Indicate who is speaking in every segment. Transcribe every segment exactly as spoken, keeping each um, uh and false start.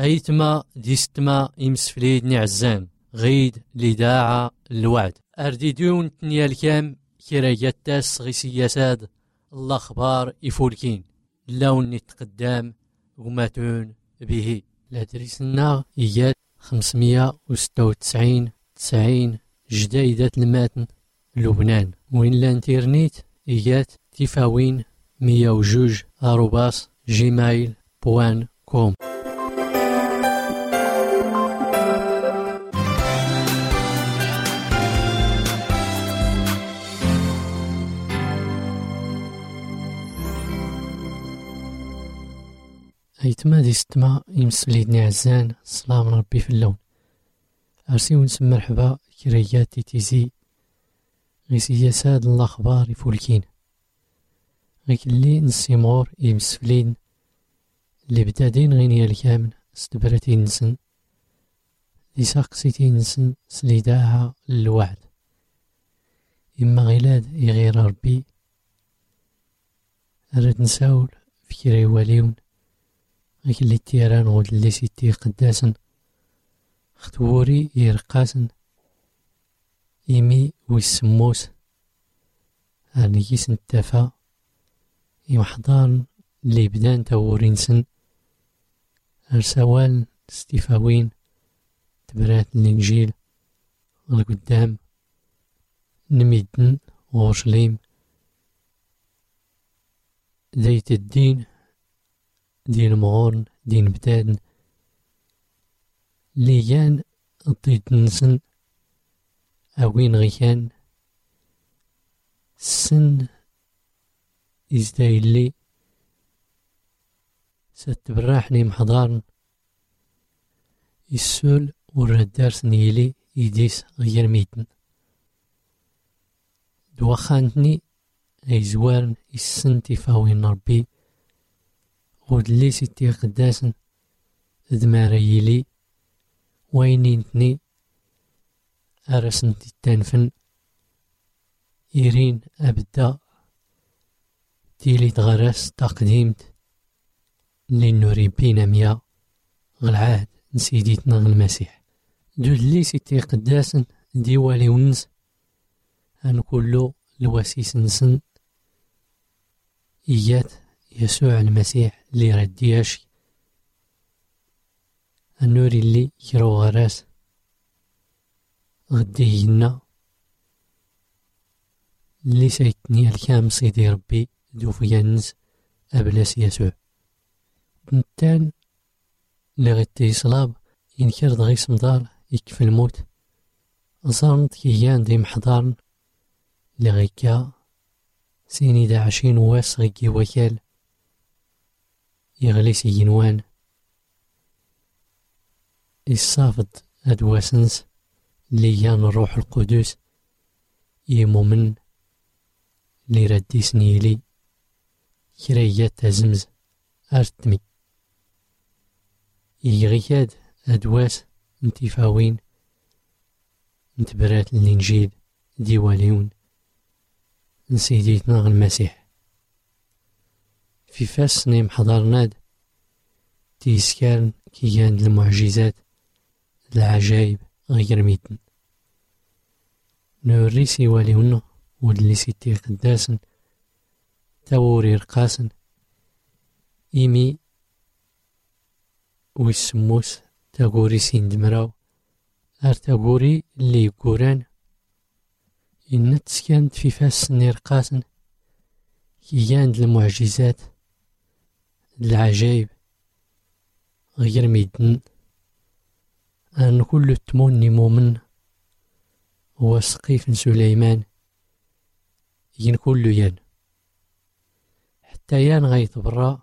Speaker 1: غيتما ديستما يمسفليد نعزان غيد لداعة الوعد أرديدون تنيا الكام كراياتاس غي سياساد الأخبار يفولكين لون نتقدام وماتون به لادريسنا إيات خمسمية وستة وتسعين تسعين جديدة الماتن لبنان وين لانترنيت إيات تفاوين مية وجوج أروباس جيميل بوان كوم. أيتما دي ستما يمسليدني عزان السلام ربي في اللون أرسي ونسم مرحبا كريات تيزي غي سياساد الأخبار يفولكين غي كلي نسيمور يمسفلين اللي بدادين غينيا الكامن استبرتين نسن دي ساقسيتين نسن سليداها الوعد إما غيلاد يغير ربي أرد نساول في كري واليون غي كلي التيران غود اللي سيتي قداسن ختوري يرقاسن إيمي ويسموس هرنيكيس نتافا يمحضان اللي بدان تورينسن أرسوال ستيفاوين تبرات الإنجيل القدام نميدن وغشليم ديت الدين دين مغورن دين بدادن ليان ضد نسن أوين غيان سن إزدايلي ستبراحني محضارن السول والردار سنيلي يديس غير ميتن دوخانتني غيزوارن السن تفاوين ربي غود لي ستي قداسن دماريلي وينينتني أرسنت التنفن إيرين أبدا تيلي تغرس تقديمت لنوري بينا ميا غالعهد نسيديتنا المسيح دود لي ستي قداسن ديوالي ونس هنقولو الواسيس نسن إيات يسوع المسيح اللي ردياشي النوري اللي كرو غراس غديهنا اللي سيتني الكام سيدي ربي دوف ينز أبلاس يسوع نتان اللي غدي صلاب ينكر دغي سمدار يكفي الموت أصارنت كيان دي محضارن اللي غيكا سيني دا عشرين واس غيكي وكال يغلي سينوان الصافد أدواسنس ليان الروح القدس يمومن لي ردي سنيلي كريات تزمز أرتمي يغياد أدواس انتفاوين انتبرات الإنجيل ديواليون نسيديتنا المسيح في فاس نيم حضرناد تيسكارن كيان المعجزات العجائب غير ميتن نوريسي واليون ودلي سيتي قداسن تاوري رقاسن إيمي ويسموس تاقوري سيندمراو ار تاقوري اللي يقوران إن تسكنت في فاس نرقاسن كيان المعجزات العجائب غير ميدن أن كل التموني مؤمن هو سقيف سليمان ين كل ين حتى يان غيتبرا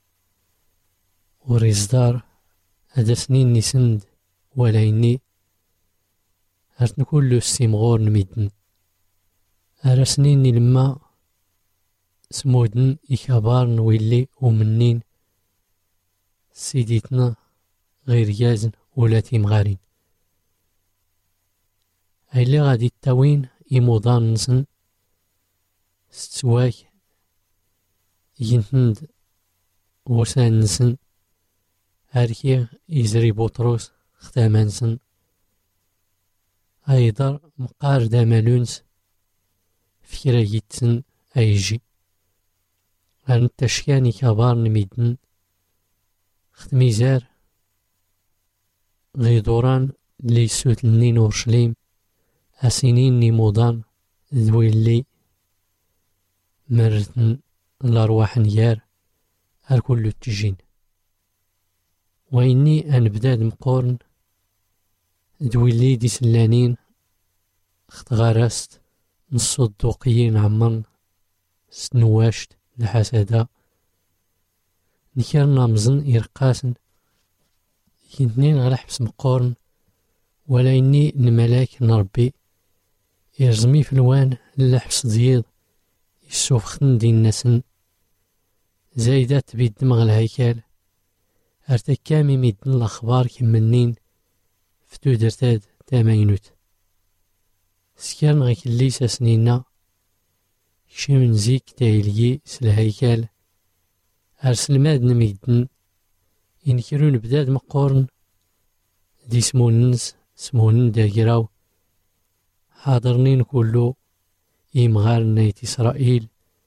Speaker 1: وريزدار هذا سنين نسند ولا إني هرتن كل السيمغور نميدن هذا سنين لما سمودن إخبارن ويلي ومنين سيديتنا غير يازن ولا تيمغارين هاي اللي غادي التاوين إموضان نسن ستواك ينتند وسان نسن هاركي يزري بطرس ختامنسن أيضا مقار دامالونس فكرة يتسن أيجي هان التشكاني كبار نميدن ختميزار غي دوران لي سوت النين أورشليم أسينين نيمودان ذوي اللي مرتن الأرواح نيار الكل التجين وإني أنبداد مقورن ذوي اللي دي سلانين اختغارست نصو الدوقيين عمرن سنواشت الحسادة نكرنا مزن إرقاسن كنتنين غير حبس مقورن ولا إني نملاك نربي يرزمي في الوان اللحبس ضيض يسوفخن دي النسن زايدات بيد دمغ الهيكال ارتكامي ميدن الأخبار كمنين فتو درتاد تامينوت سكان غيك اللي ساسنينا كشمن زيك تايلي سالهيكال أرسل ماد نميدن ينكرون بداد مقورن دي سموننس سمونن داقراو حاضرنين كلو إمغار نايت إسرائيل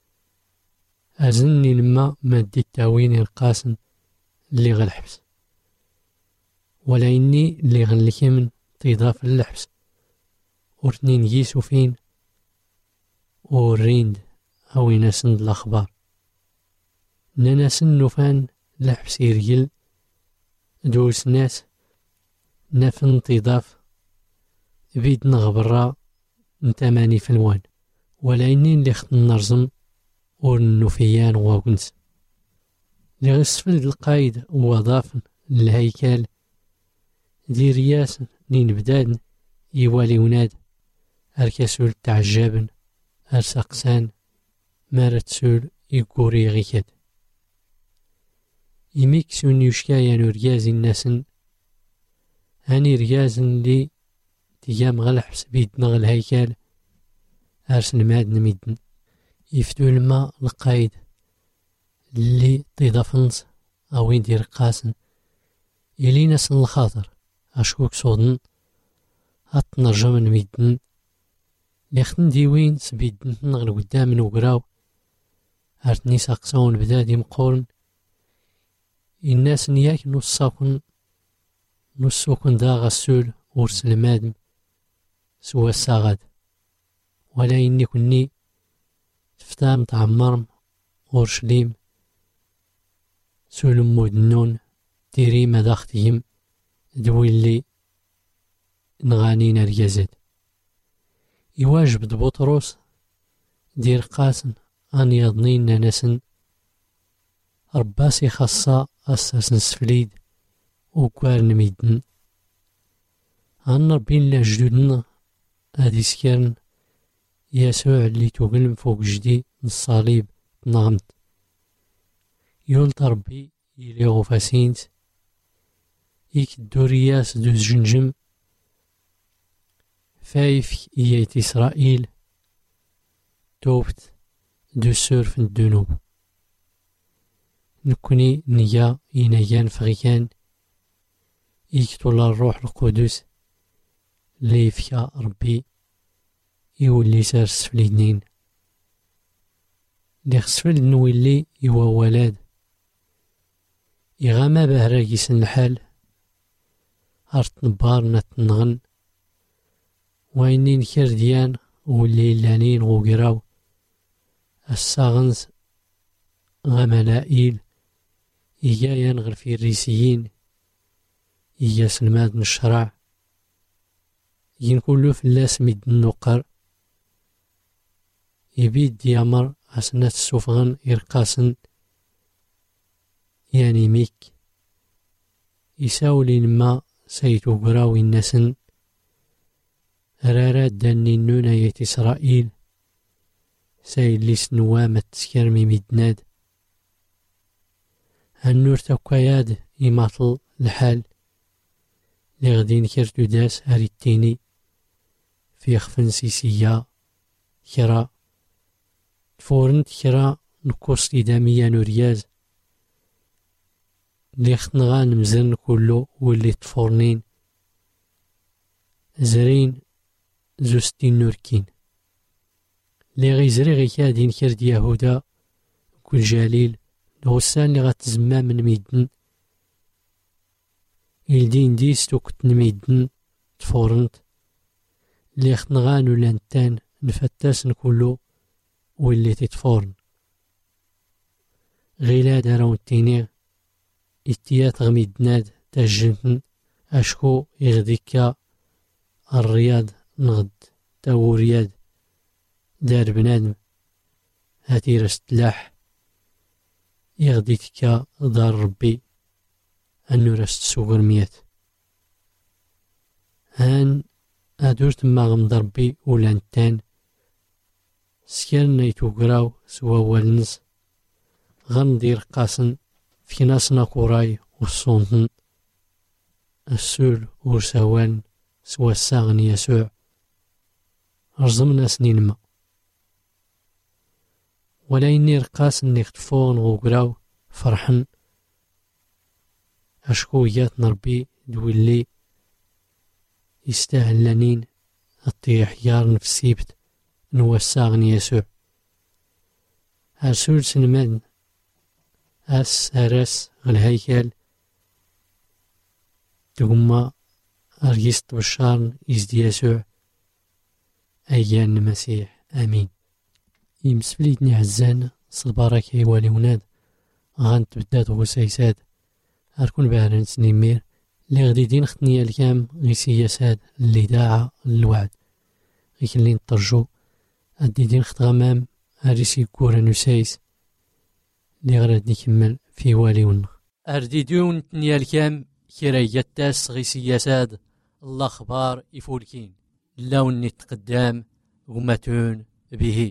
Speaker 1: أزني لما مادي التاوين القاسن اللي غالحبس ولا إني اللي غنلكمن تيضاف اللحبس ورتنين يسو فين وريند أو يناسند الأخبار نناسن نوفان لحبس يرجل دوس ناس نفن تيضاف بيد نغبرا نتماني في الوان ولا إني اللي خط نرزم ورنوفيان واغنس اللي غسفل القايد ووظافن الهيكال دي رياس نين بدادن يوالي وناد أركسول تعجابن أرسقسان مارتسول يقوري غيكاد يميكسون يشكايا نرياز الناسن هاني ريازن لي تيام غلحبس بيدنا الهيكال أرسن ماد نميدن يفتو الماء القايد اللي تيضافنس أو يدير قاسن إلي ناسن الخاطر أشكوك صودن هات نرجم نميدن ليختن ديوين سبيدن نغل قدام وقراو هارتني ساقساون بدادي مقورن الناس نياك نصاكن نصوكن دا غسول ورسل مادم سوا الساغاد ولا إني كني تفتام تعمرم أورشليم سولم مودنون ديري مداختهم دوي اللي نغانينا ريازات يواجب بطرس دير قاسن أن يضنين ناسن رباسي خاصة أساسن سفليد وكوارن ميدن أن ربين لا جدودنا هادي سكرن يسوع اللي توقلم فوق جدي الصليب نغمت يول تربي يلي غفاسينت يك الدورياس دوز جنجم فايف إيات إسرائيل توبت دو سورف الدنوب نكوني نيا ينيان فغيان يكتول الروح القدس لي فيا ربي يولي سارس في اليدنين لي خسفل نولي يوا ولاد يغاما بهراكي سن الحال هارت نبار نتنغن وينين كرديان ولي لانين غوغراو الساغنس غملائيل إيا ينغر في الريسيين إيا سلماد الشرع ينكولو فلاس ميد النقر يبيد ديامر عسنات السفغان إرقاسن يعني ميك يساولي ما سيتو قراوي النسن رارات داني النونة يت إسرائيل سايل ليس نوامة تسكرمي ميدناد هالنور تاكاياد يماطل الحال لغدين كرتو داس هاريتيني في خفن سيسيا كرا فورنت كرا نكوس إدامية نورياز اللي خصنا غنمزن كله واللي تفورنين زرين زوستين نوركين اللي غيزري غيكادين كرد يهودا كل جليل الغسان اللي غتزمى من ميدن الدين ديس توكت نميدن تفورنت اللي خصنا غانو لانتان نفتاس كله واللي تتفورن غيلاد راون تيني اتيات غميدناد تاجنتن اشكو يغديكا الرياض نغد تاو رياض دار بنادم هاتي رستلاح يغديكا دار ربي انو رست سوغر ميات هان ادورت ما غمض ربي ولانتان سكان يتوقراو سوا والنس غندير قاسن في ناسنا قراي والصونتن السول ورسوان سوا الساغن يسوع رزمنا سنين ما ولا يني رقاس اني اختفون غوقراو فرحن اشكو جات نربي دولي يستاهل لانين الطيح يار نفسيبت نوساغن يسوع هرسول سنمان أس هرس الهيكل تقوم أرجست بشارن إزدي يسوع أيان المسيح آمين. يمسفليتني عزان صلبارك يوالي وناد غانت بدات وسيساد هركون بارن سنيمير اللي غدي دين ختني الكام غيسي يساد اللي داعا الوعد غيكلين ترجو أدي دين خت غمام هرسي كورا نسايس اللي غرد نكمل في والي ونخ أرديدون تنيا الكام كرا يتاس غيسي يساد الله خبار يفولكين اللون نتقدام غمتون به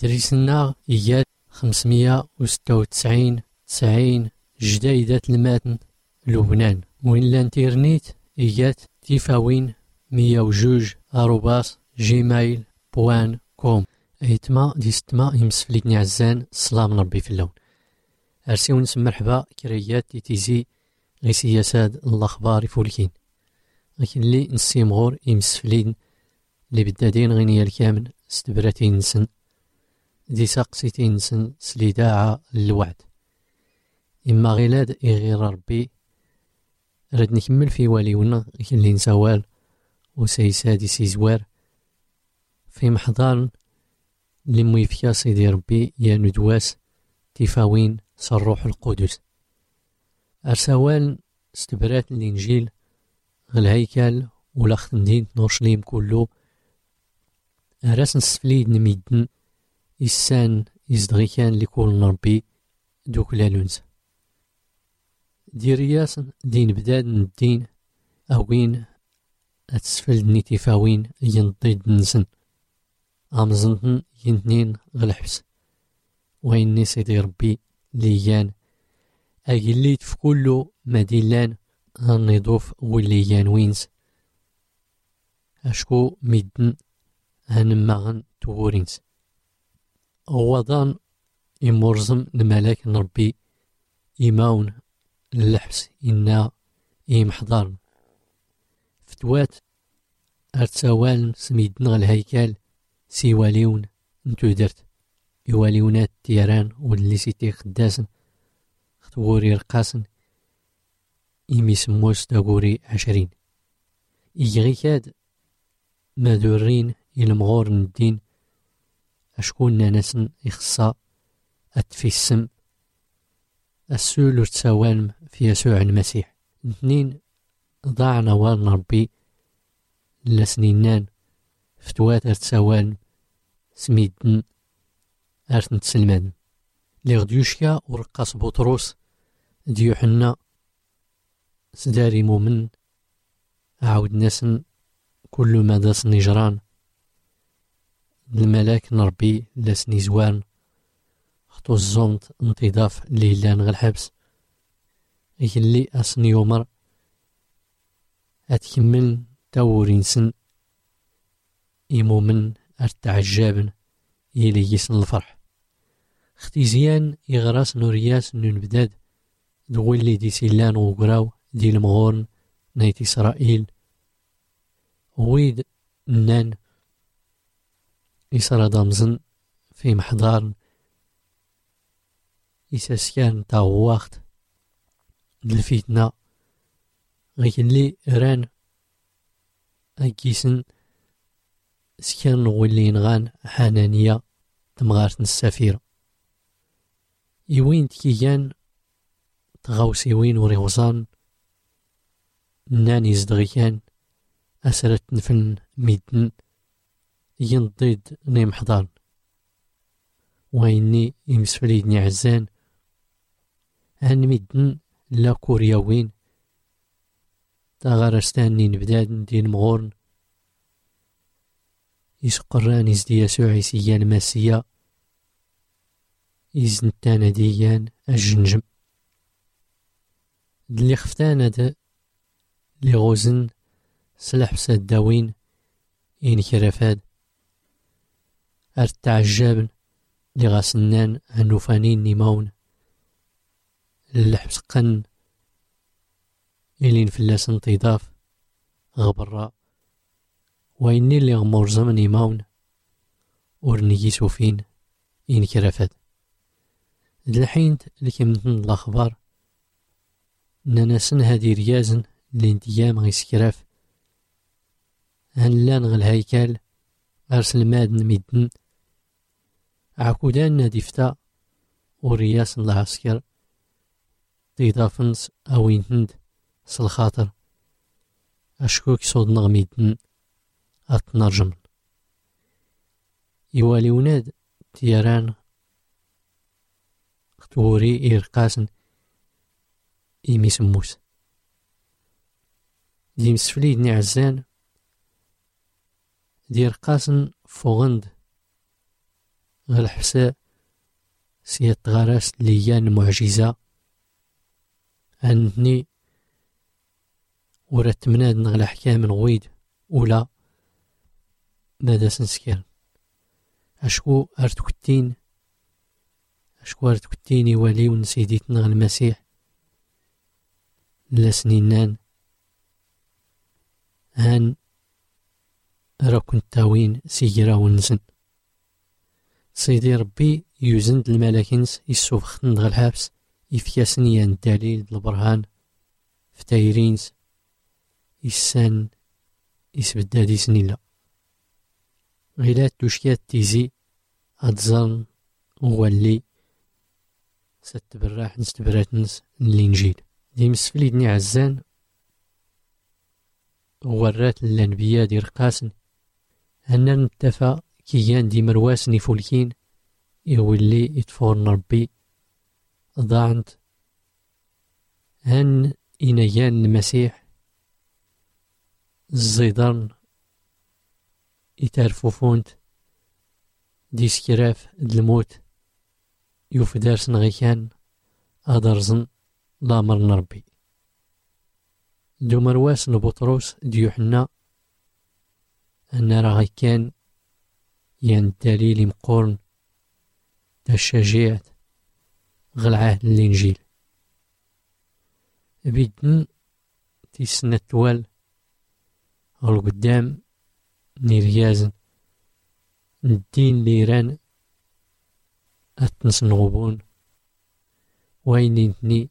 Speaker 1: أدريسنا إياد خمسمية وستة وتسعين تسعين جديدة الماتن لبنان. وين لانترنيت إياد تيفاوين مية وجوج أروباس جيميل بوان كوم. أيتما ديستما يمسفليتني عزان السلام ربي في اللون. أرسيو نسم مرحبا كريات تيتيزي غي سياسات الأخبار فولكين لكن اللي نسيمغور يمسفلين اللي بدادين غينيا الكامل استبراتين نسن دي ساقسيتين نسن سليداعة الوعد. إما غيلاد إغير ربي رد نكمل في واليونا اللي نسوال وسيسادي سيزوار في محضر اللي مويفيا سيدي ربي يا ندواس تفاوين صروح القدس. أرسوال استبرات الإنجيل الهيكل ولا خندين نورشليم كله أراس نسفليد نميدن إسان إزدغي كان لكل نربي دوك لالونس دي رياسن دين بداد الدين أوين أتسفل نتفاوين ينضيد نسن أمزنتن ينتنين غلحبس وإني سيدي ربي ليان أجليت في كله مدينلان هنضوف وليان وينس أشكو ميدن هنمغن تورينس وضان يمرزم الملاك نربي إيماون اللحبس إنا إيمحضار فتوات أرتسوال سميدن الهيكل سيواليون نتو درت يواليونات تيران واللي سيتي خداسن خطوري رقاسن إيمي سموس تاقوري عشرين إيغي كاد مادورين المغور الدين أشكون ناسن إخصا أتفي السم السول ارتسوالم في يسوع المسيح. اثنين ضاع نوال ربي لسنينان فتوات ارتسوالم سميدن أرتن تسلمان لغديوشكا ورقاص بطروس ديوحنا سداري مومن عاود ناسن كل ما داس نجران الملاك نربي لاسني زوان خطو الزومت انتضاف ليلان غالحبس يلي أسني يومر أتكمل تاورينسن إيمومن أرتعجابن يلي يسن الفرح اختيزيان يغراس نورياس نون بداد دولي دي سيلان وقراو دي المغورن نايت إسرائيل ويد نان إسرا دامزن في محضار إساسيان تاو وقت الفتنة غيك اللي ران أكيسن سكان ولي نغان حنانية تمغارت السفيرة يوين تكيان تغاوسيوين وريوزان ناني زدغيان أسرت نفن ميدن ينضيد نيم حضان وإني يمسفليدني عزان عن ميدن لا كورياوين تغارستاني نبداد دين مغورن يسقران يزدي يسوع يسيان ماسيا يزنتانا ديان الجنجم اللي خفتانا دا اللي غوزن سلاح بساد داوين إن كرافاد أرتعجابن اللي غاسنان هنوفانين نيمون اللحبس قن إلين فلاس انتضاف غبراء وإني اللي غمور زمن نيمون ورنيجي سوفين إن كرافاد الحين اللي كمتن الأخبار نناسن هادي ريازن لانتيام غيسكراف هنلان غالهيكل أرسل مادن ميدن عكودان نادفتا ورياس العسكر تيضافنس أوينتند سالخاطر أشكوك صود نغميدن أتنرجم يوالي وناد تياران اختوري إرقاسن إيمي سموس دي مسفليد نعزان دير قاسن فوغند غير الحبس سياد غراس ليان المعجزة عندني ورات مناد نغلى حكام نغويد ولا ماذا سنسكر أشكو أرتكتين أشكو أرتكتين يوالي ونسيديت نغ المسيح لسنينان هان راكن تاوين سيجرا ونزن سيدي ربي يوزند الملاكينس يسوفخ نغ الحبس يفياسني عن الدليل البرهان فتايرينس يسان يسبدا دي سنيلا غيلات دوشكات تيزي أتزان وولي ستبراح نستبراتنس الإنجيل دي مسفليدني عزان ورات الأنبياء دي رقاسن أننا نتفا كيان دي مرواسني فولكين يولي يتفورن ربي ضاعنت هن إنيان المسيح الزيدان يتعرفوفونت دي سكراف الموت يوفدارس نغيكان أدرزن لامر ربي دو مرواس نبطروس ديوحنا أن راه كان ين دليل مقورن دا الشجاعة غل عهد الإنجيل بيدن تيسنة توال غل قدام نيريازن الدين ليران أتنس نغبون وين نتني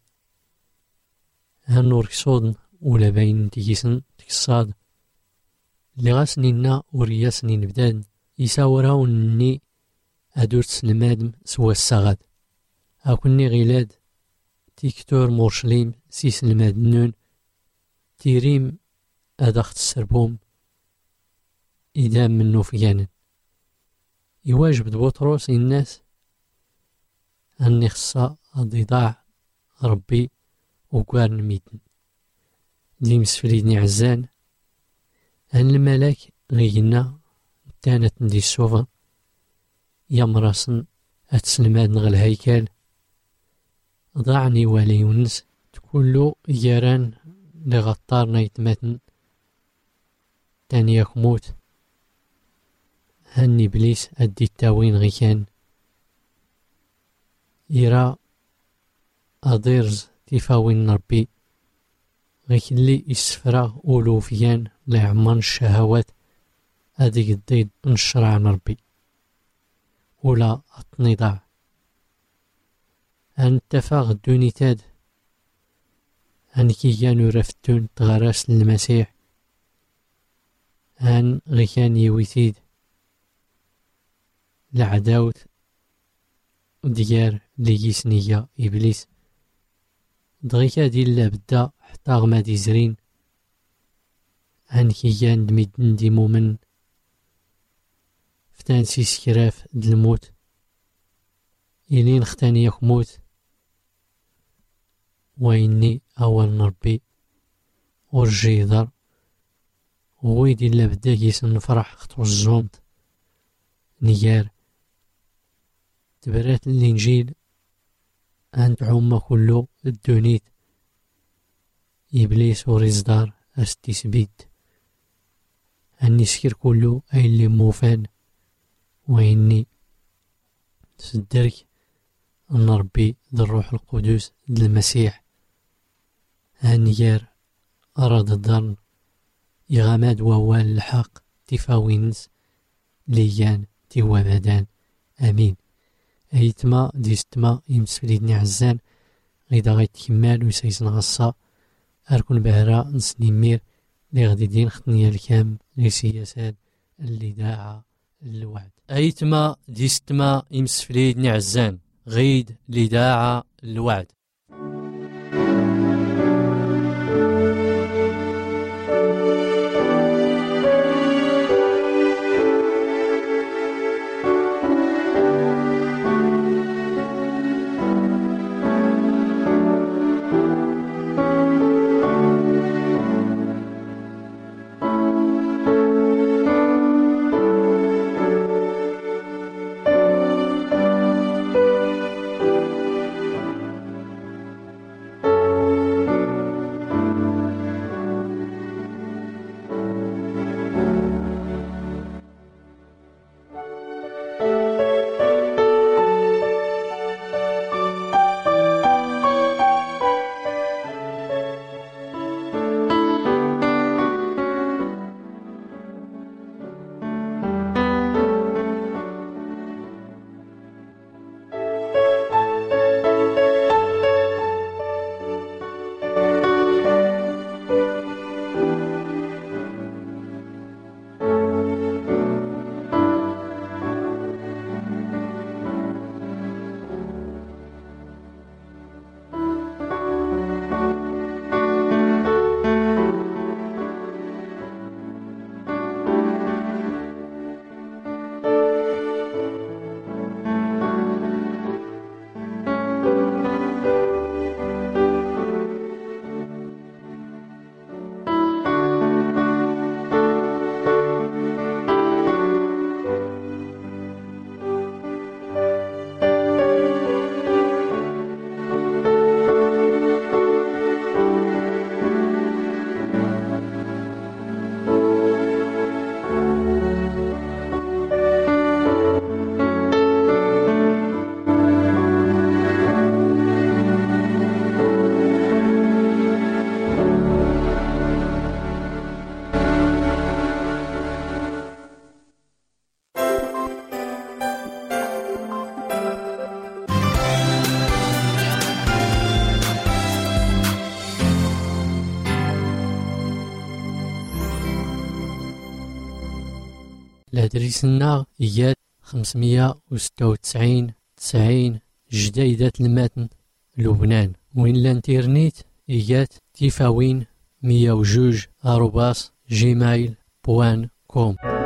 Speaker 1: هنور كسودن ولا باين تيسن تكصاد اللي غاسنينا ورياسني نبدان يساوراون ني أدور تسلمادم سوا السغاد أكوني غيلاد تيكتور مورشليم سيس المادنون تيريم أدخت السربوم إدام منو فيانا يواجب بطروس الناس أني خصا ضيضاع ربي وقارن ميتن دي مسفليدني عزان أن الملاك غينا تانت ندي السوفا يمرسن أتسلماد نغ الهيكل ضاعني والي يونس تكلو ياران لغطار نيتمتن تاني يكموت هني بليس أدي التاوين غيكان يرى أضيرز تفاوين ربي غيك اللي يسفرا أولوفيان لعمان الشهوات هذيك الضيد نشرع ربي ولا التنضاع أن تفاغ الدونيتاد أن كيانو رفتون تغراس للمسيح أن غيكان يويتيد لعداوت ديار ليسنية إبليس دغيكا دي اللابدا حتى غمادي زرين أن كيان دميدن دي مومن فتان سيس كراف دالموت إلين ختاني يكموت وإني أول ربي ورجي يضر ويدي اللابدا يسن فرح خطو الزومت نيار تبرات الإنجيل أن تعوم كله الدونيت إبليس ورزدار أستسبيد أن يسكر كله أي اللي موفان وإني تصدرك أن ربي ذا الروح القدس ذا المسيح هانيار أراد الضرن يغامد ووال الحق تفاوينس ليان توابدان أمين أيتما ديستما يمسفليدني عزان غيدا غيت كمال ويسايسن غصا أركن بهرا نسنيمير لي غدي دين ختنيا الكام لي سياسات اللي داعا الوعد أيتما ديستما يمسفليدني عزان غيد لي داعا الوعد الأدريسنا إيات خمسمية وستة وتسعين تسعين جديدة المتن لبنان. وين الانترنت إيات تيفاوين مية وجوج أروباس جيميل بوان كوم.